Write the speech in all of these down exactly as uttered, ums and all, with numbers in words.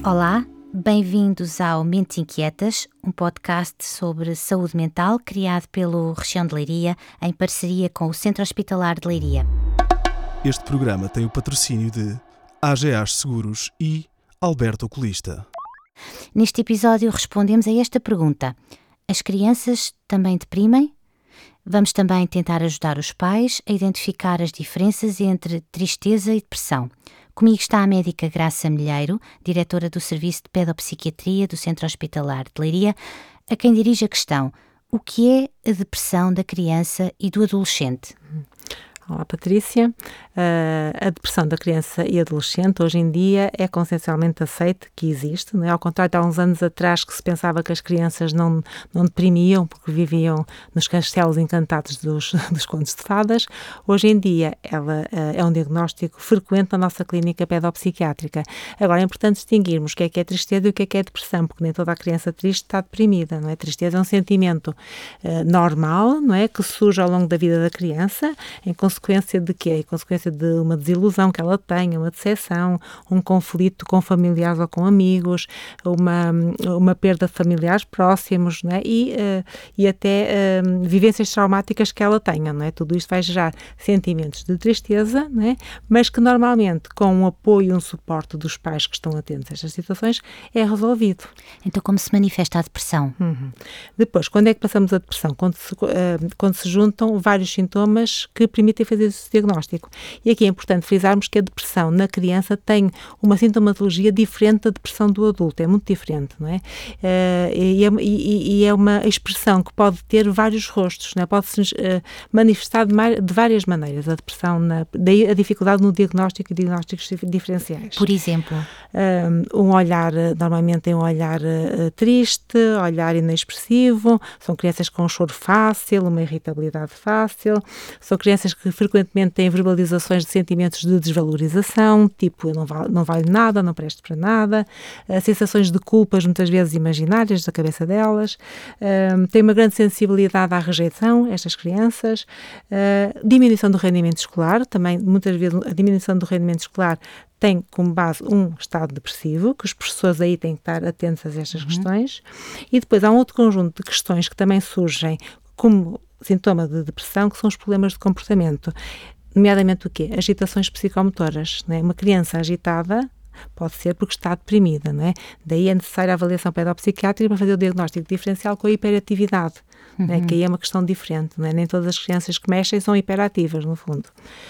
Olá, bem-vindos ao Mentes Inquietas, um podcast sobre saúde mental criado pelo Região de Leiria em parceria com o Centro Hospitalar de Leiria. Este programa tem o patrocínio de A G A Seguros e Alberto Oculista. Neste episódio respondemos a esta pergunta: as crianças também deprimem? Vamos também tentar ajudar os pais a identificar as diferenças entre tristeza e depressão. Comigo está a médica Graça Milheiro, diretora do Serviço de Pedopsiquiatria do Centro Hospitalar de Leiria, a quem dirige a questão: o que é a depressão da criança e do adolescente? Olá, Patrícia. Uh, a depressão da criança e adolescente hoje em dia é consensualmente aceite que existe, não é? Ao contrário de há uns anos atrás que se pensava que as crianças não, não deprimiam porque viviam nos castelos encantados dos, dos contos de fadas. Hoje em dia ela uh, é um diagnóstico frequente na nossa clínica pedopsiquiátrica. Agora é importante distinguirmos o que é que é tristeza e o que é que é depressão, porque nem toda a criança triste está deprimida, não é? Tristeza é um sentimento uh, normal, não é? Que surge ao longo da vida da criança, em consequência de quê? Em consequência de uma desilusão que ela tenha, uma decepção, um conflito com familiares ou com amigos, uma, uma perda de familiares próximos, não é? e, uh, e até uh, vivências traumáticas que ela tenha, não é? Tudo isto vai gerar sentimentos de tristeza, não é? Mas que normalmente com o apoio e um suporte dos pais que estão atentos a estas situações é resolvido. Então como se manifesta a depressão? Uhum. Depois, quando é que passamos a depressão? Quando se, uh, quando se juntam vários sintomas que permitem fazer esse diagnóstico. E aqui é importante frisarmos que a depressão na criança tem uma sintomatologia diferente da depressão do adulto, é muito diferente, não é? Uh, e, é e, e é uma expressão que pode ter vários rostos, não é? Pode-se uh, manifestar de, de várias maneiras a depressão, na, daí a dificuldade no diagnóstico e diagnósticos diferenciais. Por exemplo? Um, um olhar, normalmente tem um olhar uh, triste, olhar inexpressivo, são crianças com choro fácil, uma irritabilidade fácil, são crianças que frequentemente têm verbalizações de sentimentos de desvalorização, tipo eu não valho, não valho nada, não presto para nada, uh, sensações de culpas muitas vezes imaginárias da cabeça delas, uh, têm uma grande sensibilidade à rejeição, estas crianças, uh, diminuição do rendimento escolar, também muitas vezes a diminuição do rendimento escolar tem como base um estado depressivo, que os professores aí têm que estar atentos a estas uhum. questões, e depois há um outro conjunto de questões que também surgem como sintoma de depressão, que são os problemas de comportamento, nomeadamente o quê? Agitações psicomotoras, não é? Uma criança agitada pode ser porque está deprimida, não é? Daí é necessária a avaliação pedopsiquiátrica para fazer o diagnóstico diferencial com a hiperatividade, uhum. não é? Que aí é uma questão diferente, não é? Nem todas as crianças que mexem são hiperativas, no fundo.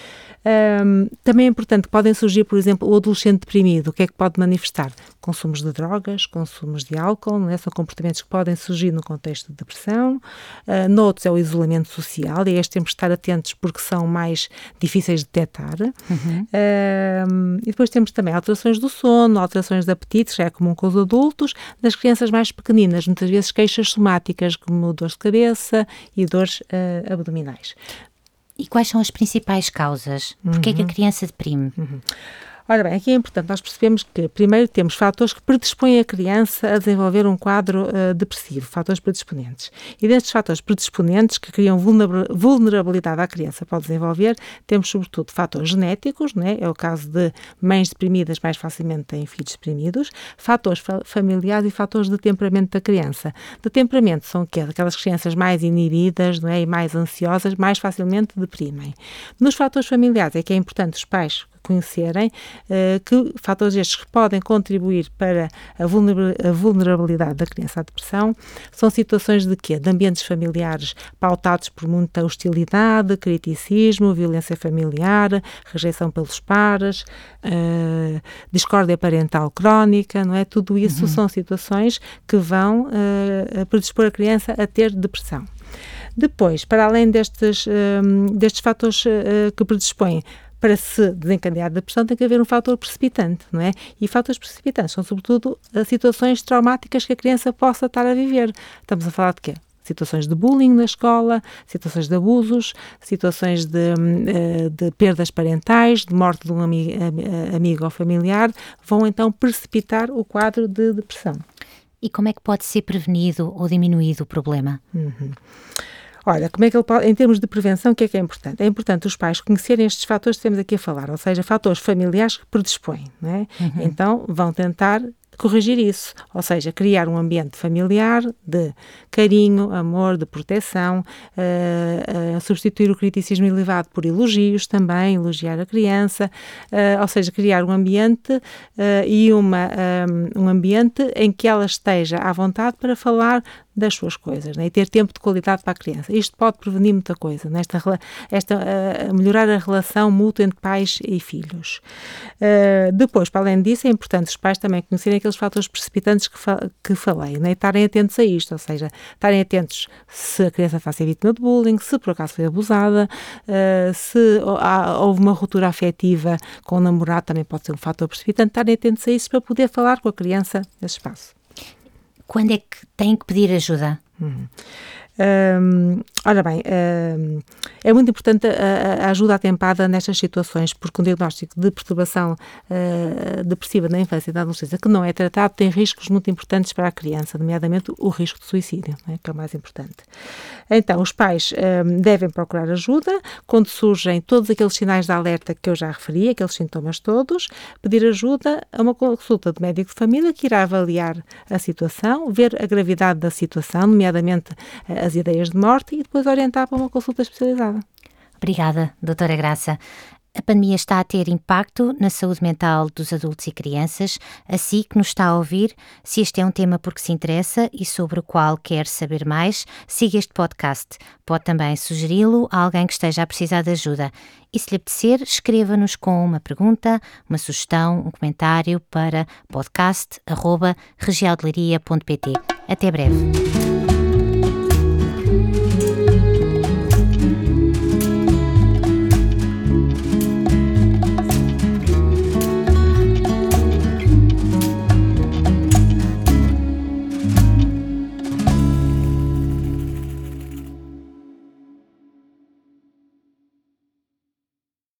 Um, também é importante que podem surgir, por exemplo, o adolescente deprimido. O que é que pode manifestar? Consumos de drogas, consumos de álcool, não é? São comportamentos que podem surgir no contexto de depressão. Uh, noutros é o isolamento social, e a este temos que estar atentos porque são mais difíceis de detectar. Uhum. Uh, e depois temos também alterações do sono, alterações de apetite, já é comum com os adultos. Nas crianças mais pequeninas, muitas vezes queixas somáticas, como dores de cabeça e dores uh, abdominais. E quais são as principais causas? Porquê uhum. é que a criança deprime? Uhum. Ora bem, aqui é importante nós percebemos que, primeiro, temos fatores que predispõem a criança a desenvolver um quadro uh, depressivo, fatores predisponentes. E destes fatores predisponentes que criam vulnerabilidade à criança para o desenvolver, temos, sobretudo, fatores genéticos, não é? É o caso de mães deprimidas mais facilmente têm filhos deprimidos, fatores fa- familiares e fatores de temperamento da criança. De temperamento são o quê? Aquelas crianças mais inibidas, não é? E mais ansiosas, mais facilmente deprimem. Nos fatores familiares é que é importante os pais conhecerem uh, que fatores estes que podem contribuir para a vulnerabilidade da criança à depressão são situações de quê? De ambientes familiares pautados por muita hostilidade, criticismo, violência familiar, rejeição pelos pares, uh, discórdia parental crónica, não é? Tudo isso uhum. são situações que vão uh, predispor a criança a ter depressão. Depois, para além destes, um, destes fatores uh, que predispõem para se desencadear da depressão, tem que haver um fator precipitante, não é? E fatores precipitantes são, sobretudo, situações traumáticas que a criança possa estar a viver. Estamos a falar de quê? Situações de bullying na escola, situações de abusos, situações de, de perdas parentais, de morte de um amigo, amigo ou familiar, vão então precipitar o quadro de depressão. E como é que pode ser prevenido ou diminuído o problema? Uhum. Olha, como é que ele pode, em termos de prevenção, o que é que é importante? É importante os pais conhecerem estes fatores que temos aqui a falar, ou seja, fatores familiares que predispõem, não é? Uhum. Então, vão tentar corrigir isso, ou seja, criar um ambiente familiar de carinho, amor, de proteção, uh, uh, substituir o criticismo elevado por elogios também, elogiar a criança, uh, ou seja, criar um ambiente uh, e uma, um, um ambiente em que ela esteja à vontade para falar das suas coisas, né? E ter tempo de qualidade para a criança. Isto pode prevenir muita coisa, né? esta, esta, uh, melhorar a relação mútua entre pais e filhos. Uh, depois, para além disso, é importante os pais também conhecerem aqueles fatores precipitantes que, fa que falei, né? E estarem atentos a isto, ou seja, estarem atentos se a criança está a ser vítima de bullying, se por acaso foi abusada, uh, se há, houve uma ruptura afetiva com o namorado, também pode ser um fator precipitante, estarem atentos a isso para poder falar com a criança nesse espaço. Quando é que têm que pedir ajuda? Uhum. Um, ora bem, um, é muito importante a, a ajuda atempada nestas situações, porque um diagnóstico de perturbação uh, depressiva na infância e na adolescência que não é tratado tem riscos muito importantes para a criança, nomeadamente o risco de suicídio, né, que é o mais importante. Então, os pais um, devem procurar ajuda quando surgem todos aqueles sinais de alerta que eu já referi, aqueles sintomas todos, pedir ajuda a uma consulta de médico de família que irá avaliar a situação, ver a gravidade da situação, nomeadamente uh, as ideias de morte, e depois orientar para uma consulta especializada. Obrigada, doutora Graça. A pandemia está a ter impacto na saúde mental dos adultos e crianças, assim que nos está a ouvir. Se este é um tema porque se interessa e sobre o qual quer saber mais, siga este podcast. Pode também sugeri-lo a alguém que esteja a precisar de ajuda. E se lhe apetecer, escreva-nos com uma pergunta, uma sugestão, um comentário para podcast arroba regialdeliria ponto pt. Até breve.